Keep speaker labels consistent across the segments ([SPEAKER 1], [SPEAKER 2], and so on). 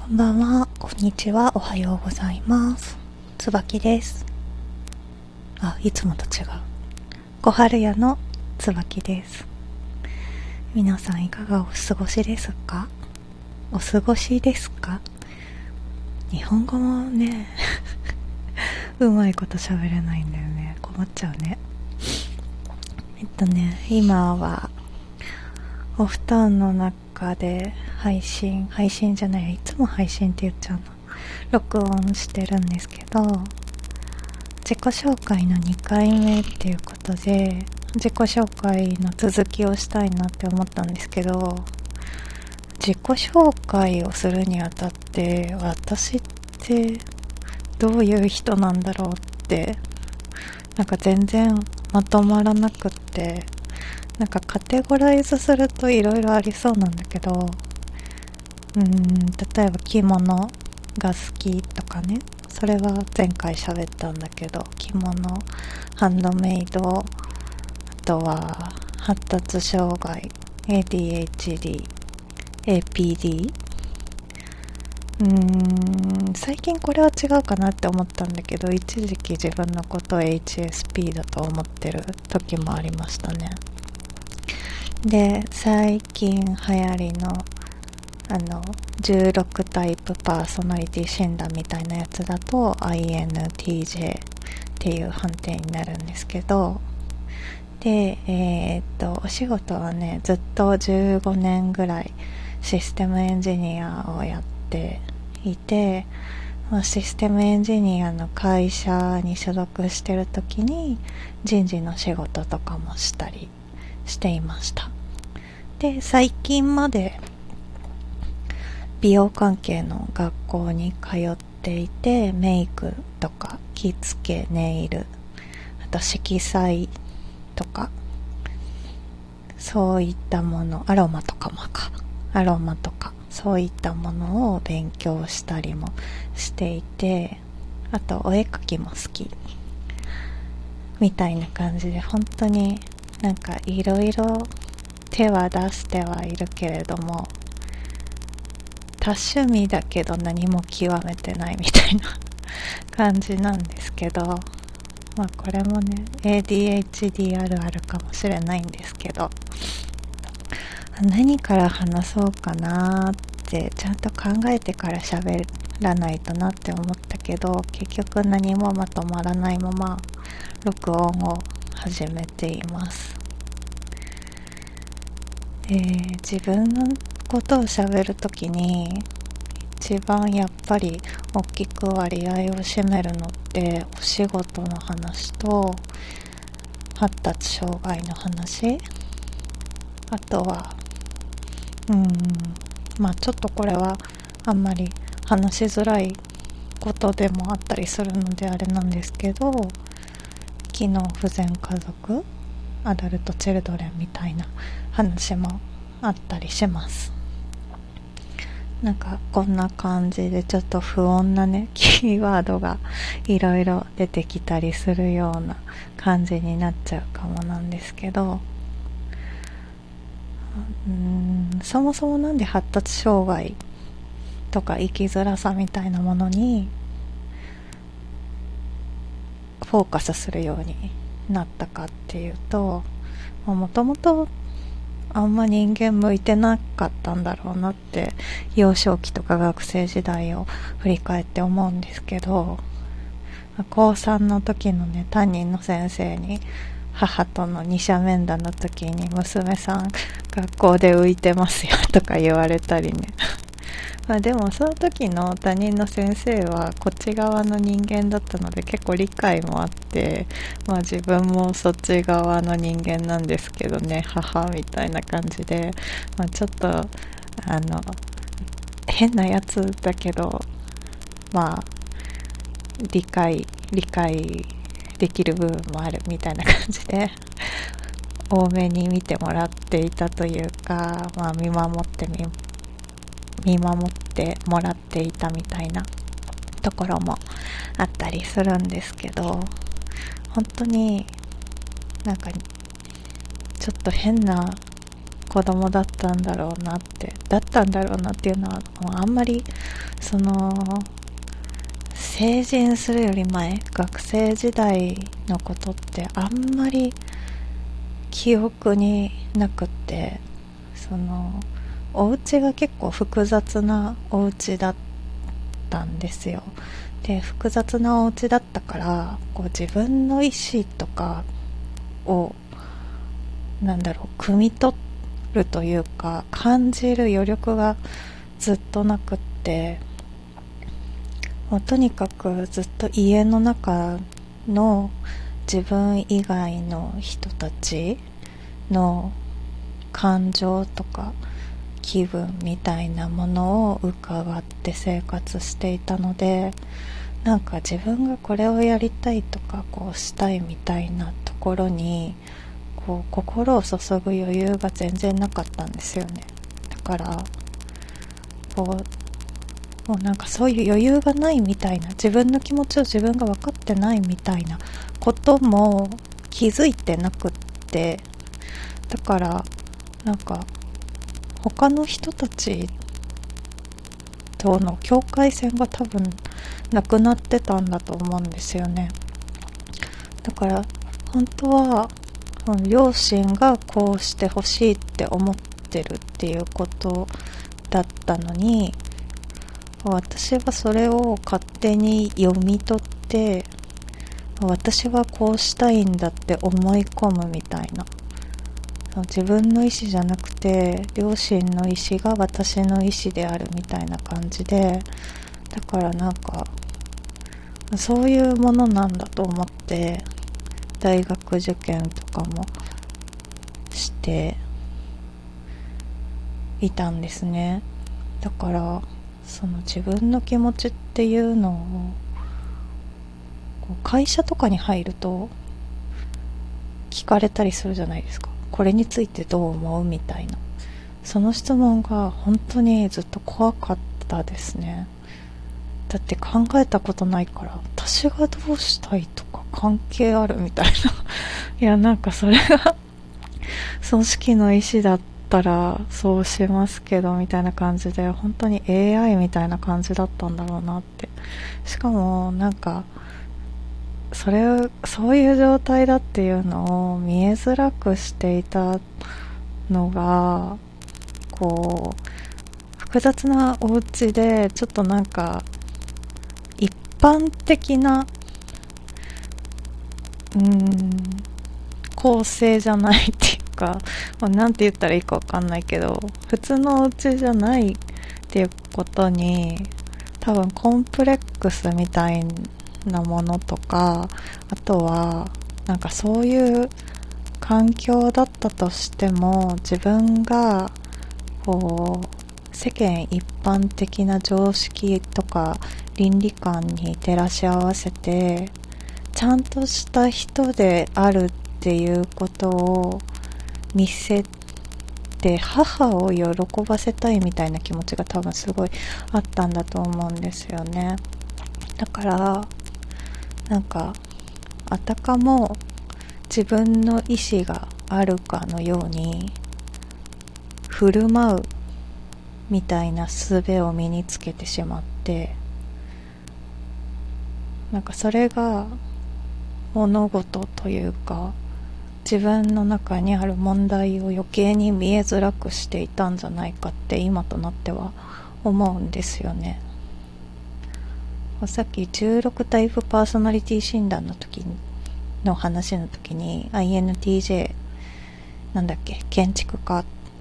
[SPEAKER 1] こんばんは、こんにちは、おはようございます。つばきです。いつもと違う。小春屋のつばきです。皆さんいかがお過ごしですか？お過ごしですか？日本語もね、うまいこと喋れないんだよね。困っちゃうね。今はお布団の中で配信じゃない、いつも配信って言っちゃうの。録音してるんですけど、自己紹介の2回目っていうことで、自己紹介の続きをしたいなって思ったんですけど、自己紹介をするにあたって、私ってどういう人なんだろうって、全然まとまらなくって、カテゴライズするといろいろありそうなんだけど、例えば着物が好きとかね、それは前回喋ったんだけど、着物、ハンドメイド、あとは発達障害、ADHD、APD、最近これは違うかなって思ったんだけど、一時期自分のことを HSP だと思ってる時もありましたね。で、最近流行りの16タイプパーソナリティ診断みたいなやつだと INTJ っていう判定になるんですけど、で、お仕事はね、ずっと15年ぐらいシステムエンジニアをやっていて、システムエンジニアの会社に所属してる時に人事の仕事とかもしたりしていました。で、最近まで美容関係の学校に通っていて、メイクとか着付け、ネイル、あと色彩とか、そういったもの、アロマとかそういったものを勉強したりもしていて、あとお絵描きも好きみたいな感じで、本当にいろいろ手は出してはいるけれども、多趣味だけど何も極めてないみたいな感じなんですけど、これもね ADHD あるあるかもしれないんですけど、何から話そうかなってちゃんと考えてから喋らないとなって思ったけど、結局何もまとまらないまま録音を始めています。自分のことを喋るときに一番やっぱり大きく割合を占めるのってお仕事の話と発達障害の話、あとはちょっとこれはあんまり話しづらいことでもあったりするのであれなんですけど、機能不全家族、アダルトチルドレンみたいな話もあったりします。こんな感じでちょっと不穏なね、キーワードがいろいろ出てきたりするような感じになっちゃうかもなんですけど、そもそもなんで発達障害とか生きづらさみたいなものにフォーカスするようになったかっていうと、もともとあんま人間向いてなかったんだろうなって、幼少期とか学生時代を振り返って思うんですけど、高3の時のね、担任の先生に母との二者面談の時に、娘さん学校で浮いてますよとか言われたりねでもその時の担任の先生はこっち側の人間だったので結構理解もあって、自分もそっち側の人間なんですけどね、母みたいな感じで、ちょっと変なやつだけど理解できる部分もあるみたいな感じで多めに見てもらっていたというか、見守ってもらっていたみたいなところもあったりするんですけど、本当にちょっと変な子供だったんだろうなっていうのはもうあんまりその成人するより前、学生時代のことってあんまり記憶になくって、そのお家が結構複雑なお家だったんですよ。で、複雑なお家だったから、こう自分の意思とかを汲み取るというか感じる余力がずっとなくって、もうとにかくずっと家の中の自分以外の人たちの感情とか気分みたいなものを伺って生活していたので、なんか自分がこれをやりたいとかこうしたいみたいなところにこう心を注ぐ余裕が全然なかったんですよね。だからもうなんかそういう余裕がないみたいな、自分の気持ちを自分が分かってないみたいなことも気づいてなくって、だからなんか他の人たちとの境界線が多分なくなってたんだと思うんですよね。だから本当は両親がこうしてほしいって思ってるっていうことだったのに、私はそれを勝手に読み取って、私はこうしたいんだって思い込むみたいな、自分の意思じゃなくて両親の意思が私の意思であるみたいな感じで、だからなんかそういうものなんだと思って大学受験とかもしていたんですね。だからその自分の気持ちっていうのを会社とかに入ると聞かれたりするじゃないですか。これについてどう思うみたいな、その質問が本当にずっと怖かったですね。だって考えたことないから、私がどうしたいとか関係あるみたいな。いや、なんかそれが組織の意思だったらそうしますけどみたいな感じで、本当に AI みたいな感じだったんだろうなって。しかもなんかそういう状態だっていうのを見えづらくしていたのが、こう複雑なお家でちょっとなんか一般的な構成じゃないっていうか、なんて言ったらいいかわかんないけど、普通のお家じゃないっていうことに多分コンプレックスみたいなものとか、あとはなんかそういう環境だったとしても、自分がこう世間一般的な常識とか倫理観に照らし合わせてちゃんとした人であるっていうことを見せて、母を喜ばせたいみたいな気持ちが多分すごいあったんだと思うんですよね。だからなんかあたかも自分の意思があるかのように振る舞うみたいな術を身につけてしまって、なんかそれが物事というか自分の中にある問題を余計に見えづらくしていたんじゃないかって今となっては思うんですよね。さっき16タイプパーソナリティ診断の話の時に INTJ 建築家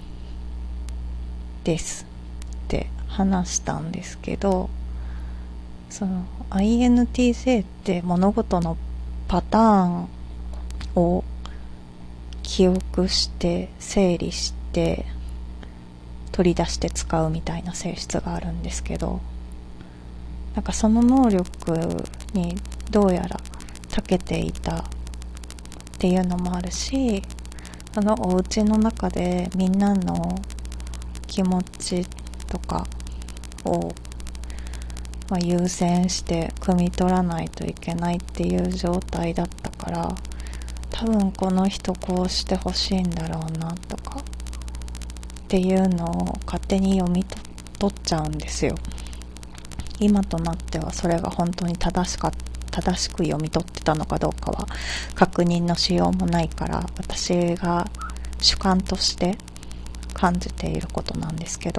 [SPEAKER 1] ですって話したんですけど、その INTJ って物事のパターンを記憶して整理して取り出して使うみたいな性質があるんですけど、なんかその能力にどうやら長けていたっていうのもあるし、そのお家の中でみんなの気持ちとかを、優先して汲み取らないといけないっていう状態だったから、多分この人こうしてほしいんだろうなとかっていうのを勝手に読み取っちゃうんですよ。 今となってはそれが本当に正しく読み取ってたのかどうかは確認のしようもないから、私が主観として感じていることなんですけど、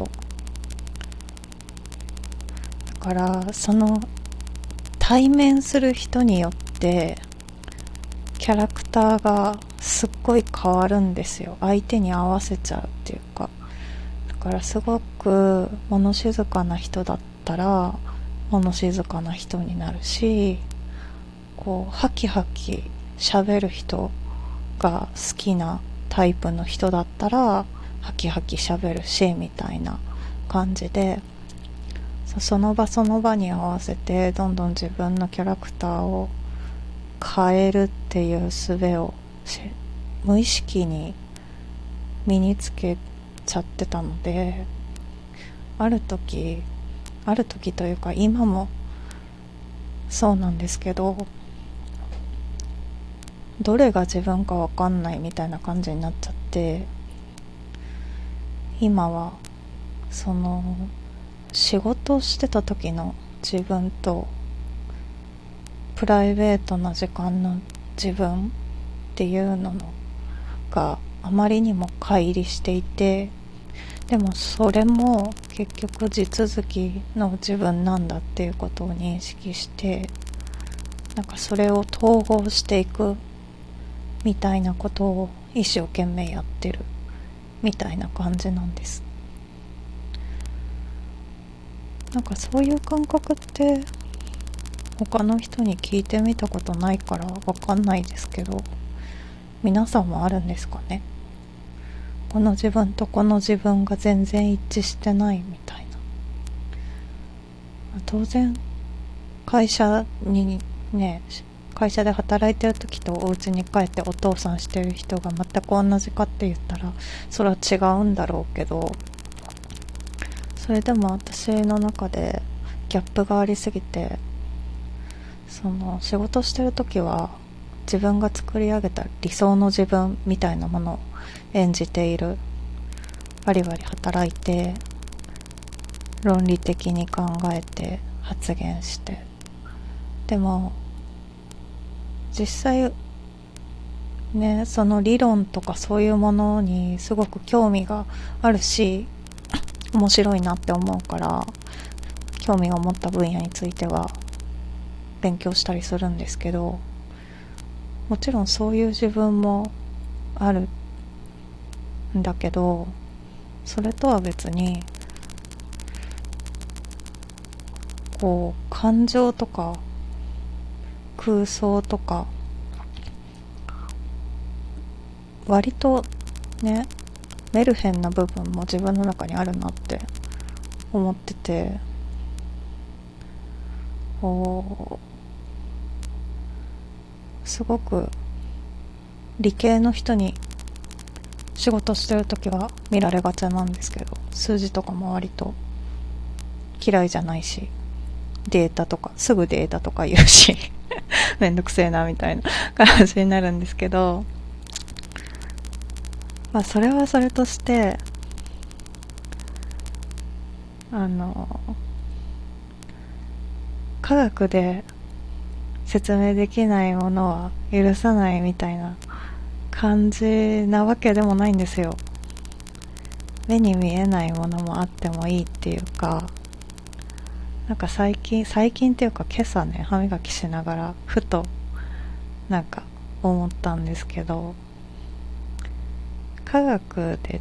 [SPEAKER 1] だからその対面する人によってキャラクターがすっごい変わるんですよ。相手に合わせちゃうっていうか。だからすごく物静かな人だったら物静かな人になるし、こうハキハキ喋る人が好きなタイプの人だったらハキハキ喋るし、みたいな感じで、その場その場に合わせてどんどん自分のキャラクターを変えるっていう術を無意識に身につけちゃってたので、ある時というか今もそうなんですけど、どれが自分か分かんないみたいな感じになっちゃって、今はその仕事をしてた時の自分とプライベートな時間の自分っていうのがあまりにも乖離していて、でもそれも結局地続きの自分なんだっていうことを認識して、なんかそれを統合していくみたいなことを一生懸命やってるみたいな感じなんです。なんかそういう感覚って他の人に聞いてみたことないからわかんないですけど、皆さんもあるんですかね。この自分とこの自分が全然一致してないみたいな。当然会社で働いてる時とお家に帰ってお父さんしてる人が全く同じかって言ったらそれは違うんだろうけど、それでも私の中でギャップがありすぎて、その仕事してる時は自分が作り上げた理想の自分みたいなものを演じている。バリバリ働いて論理的に考えて発言して、でも実際ね、その理論とかそういうものにすごく興味があるし面白いなって思うから、興味を持った分野については勉強したりするんですけど、もちろんそういう自分もあるんだけど、それとは別にこう感情とか空想とか割とね、メルヘンな部分も自分の中にあるなって思ってて、すごく理系の人に仕事してるときは見られがちなんですけど、数字とかも割と嫌いじゃないし、データとかすぐデータとか言うしめんどくせえなみたいな感じになるんですけど、まあそれはそれとして、科学で説明できないものは許さないみたいな感じなわけでもないんですよ。目に見えないものもあってもいいっていうか、なんか最近っていうか今朝ね、歯磨きしながらふとなんか思ったんですけど、科学で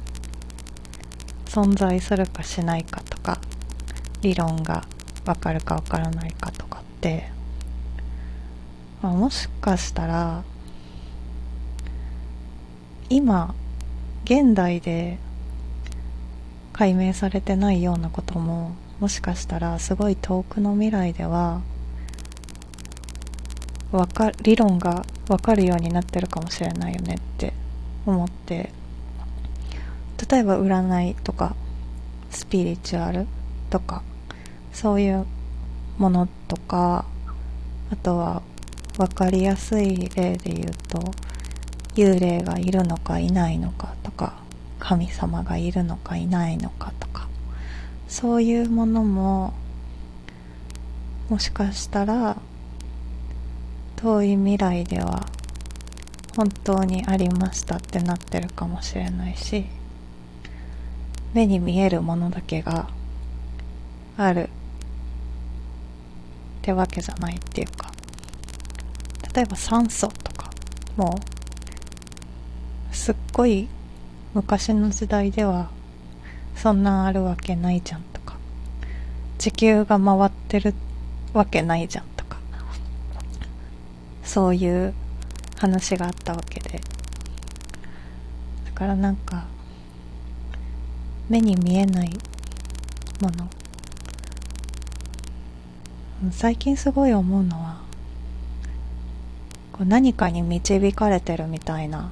[SPEAKER 1] 存在するかしないかとか、理論がわかるかわからないかとかって、まあ、もしかしたら今現代で解明されてないようなことも、もしかしたらすごい遠くの未来では理論が分かるようになってるかもしれないよねって思って、例えば占いとかスピリチュアルとかそういうものとか、あとは分かりやすい例で言うと幽霊がいるのかいないのかとか、神様がいるのかいないのかとか、そういうものももしかしたら遠い未来では本当にありましたってなってるかもしれないし、目に見えるものだけがあるってわけじゃないっていうか、例えば酸素とかもすっごい昔の時代ではそんなんあるわけないじゃんとか、地球が回ってるわけないじゃんとか、そういう話があったわけで、だからなんか目に見えないもの、最近すごい思うのは、こう何かに導かれてるみたいな、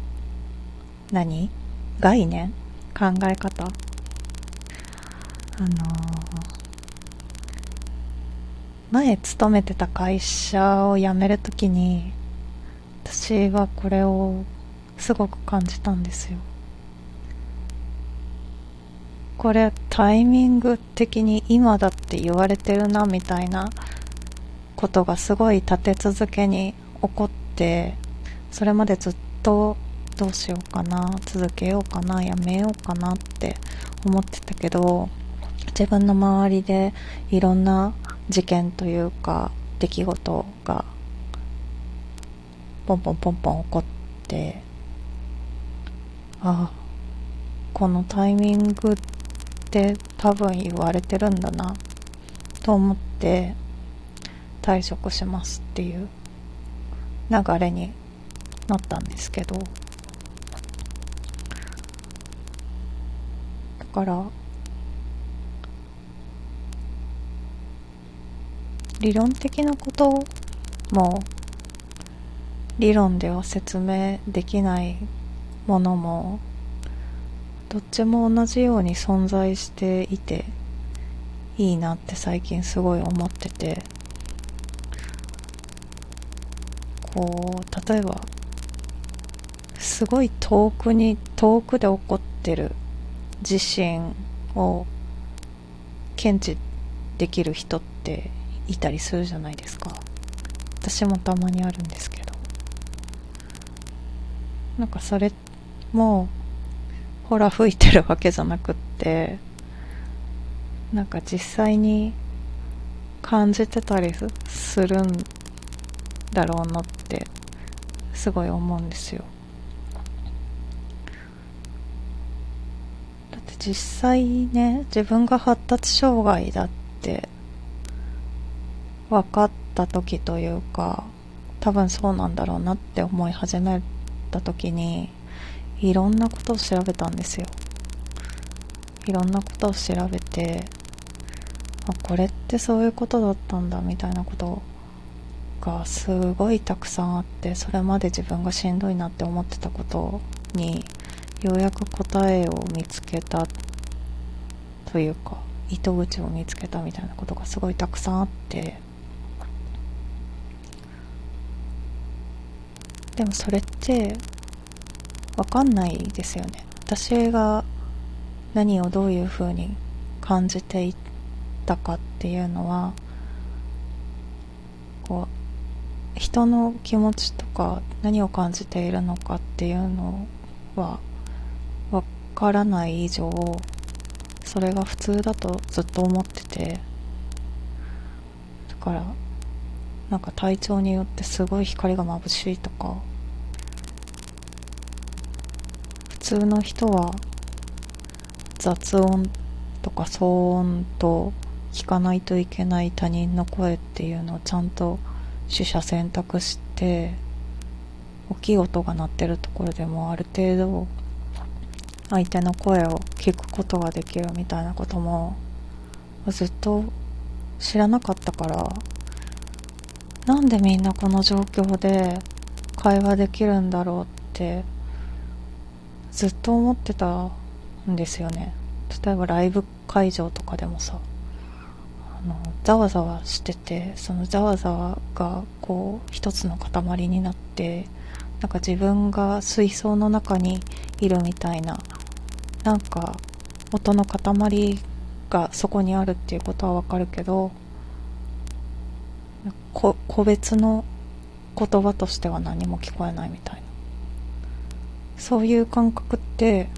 [SPEAKER 1] 概念、考え方、前勤めてた会社を辞めるときに、私はこれをすごく感じたんですよ。これタイミング的に今だって言われてるなみたいなことがすごい立て続けに起こって、それまでずっとどうしようかな、続けようかな、やめようかなって思ってたけど、自分の周りでいろんな事件というか出来事がポンポンポンポン起こって、ああ、このタイミングって多分言われてるんだなと思って退職しますっていう流れになったんですけど、だから理論的なことも理論では説明できないものもどっちも同じように存在していていいなって最近すごい思ってて、こう例えばすごい遠くで起こってる地震を検知できる人っていたりするじゃないですか。私もたまにあるんですけど、なんかそれもほら吹いてるわけじゃなくって、なんか実際に感じてたりするんだろうなってすごい思うんですよ。だって実際ね、自分が発達障害だって分かった時というか、多分そうなんだろうなって思い始めた時にいろんなことを調べたんですよ。いろんなことを調べて、これってそういうことだったんだみたいなことがすごいたくさんあって、それまで自分がしんどいなって思ってたことにようやく答えを見つけたというか、糸口を見つけたみたいなことがすごいたくさんあって、でもそれってわかんないですよね。私が何をどういうふうに感じていったかっていうのは、こう人の気持ちとか何を感じているのかっていうのはわからない以上、それが普通だとずっと思ってて、だからなんか体調によってすごい光が眩しいとか、普通の人は雑音とか騒音と聞かないといけない他人の声っていうのをちゃんと取捨選択して、大きい音が鳴ってるところでもある程度相手の声を聞くことができるみたいなこともずっと知らなかったから、なんでみんなこの状況で会話できるんだろうってずっと思ってたんですよね。例えばライブ会場とかでもさ、ざわざわしてて、そのざわざわがこう一つの塊になって、なんか自分が水槽の中にいるみたいな、なんか音の塊がそこにあるっていうことはわかるけど、 個別の言葉としては何も聞こえないみたいな、そういう感覚って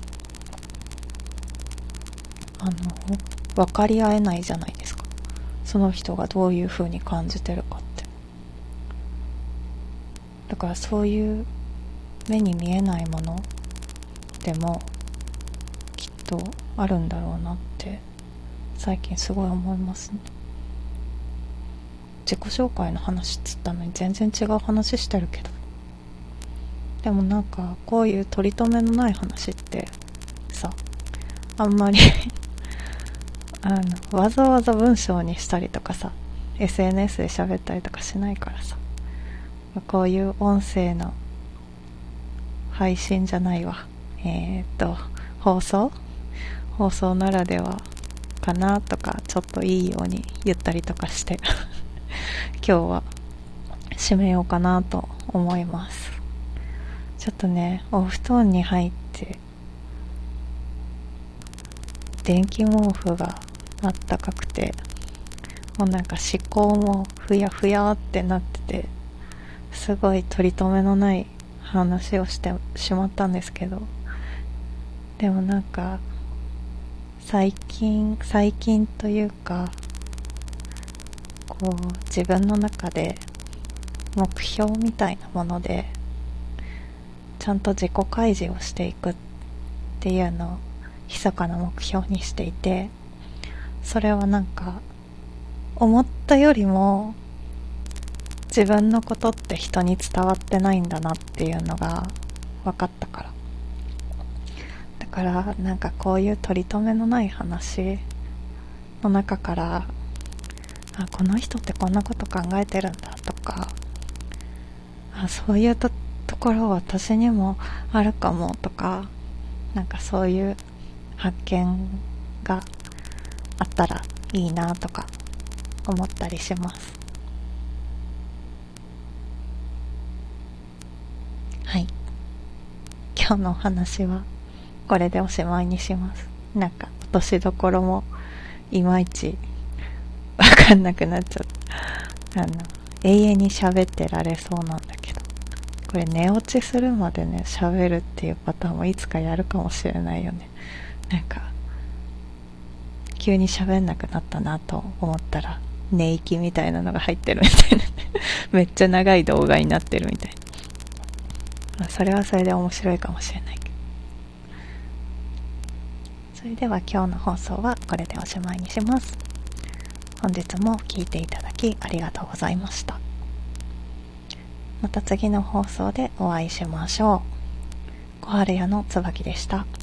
[SPEAKER 1] 分かり合えないじゃないですか。その人がどういう風に感じてるかって。だからそういう目に見えないものでもきっとあるんだろうなって最近すごい思いますね。自己紹介の話っつったのに全然違う話してるけど、でもなんかこういう取り留めのない話ってさ、あんまりわざわざ文章にしたりとかさ、 SNS で喋ったりとかしないからさ、こういう音声の配信じゃないわ、放送ならではかなとか、ちょっといいように言ったりとかして今日は締めようかなと思います。ちょっとね、お布団に入って電気毛布があったかくて、もうなんか思考もふやふやってなってて、すごい取り留めのない話をしてしまったんですけど、でもなんか最近というか、こう自分の中で目標みたいなものでちゃんと自己開示をしていくっていうのを密かな目標にしていて、それはなんか思ったよりも自分のことって人に伝わってないんだなっていうのが分かったから。だからなんかこういう取り留めのない話の中から、この人ってこんなこと考えてるんだとか、そういうところ私にもあるかもとか、なんかそういう発見があったらいいなとか思ったりします。はい、今日のお話はこれでおしまいにします。なんか落としどころもいまいち分かんなくなっちゃった。永遠に喋ってられそうなんだけど、これ寝落ちするまでね喋るっていうパターンもいつかやるかもしれないよね。なんか急に喋んなくなったなと思ったら寝息みたいなのが入ってるみたいなめっちゃ長い動画になってるみたいな、それはそれで面白いかもしれないけど。それでは今日の放送はこれでおしまいにします。本日も聞いていただきありがとうございました。また次の放送でお会いしましょう。小春屋の椿でした。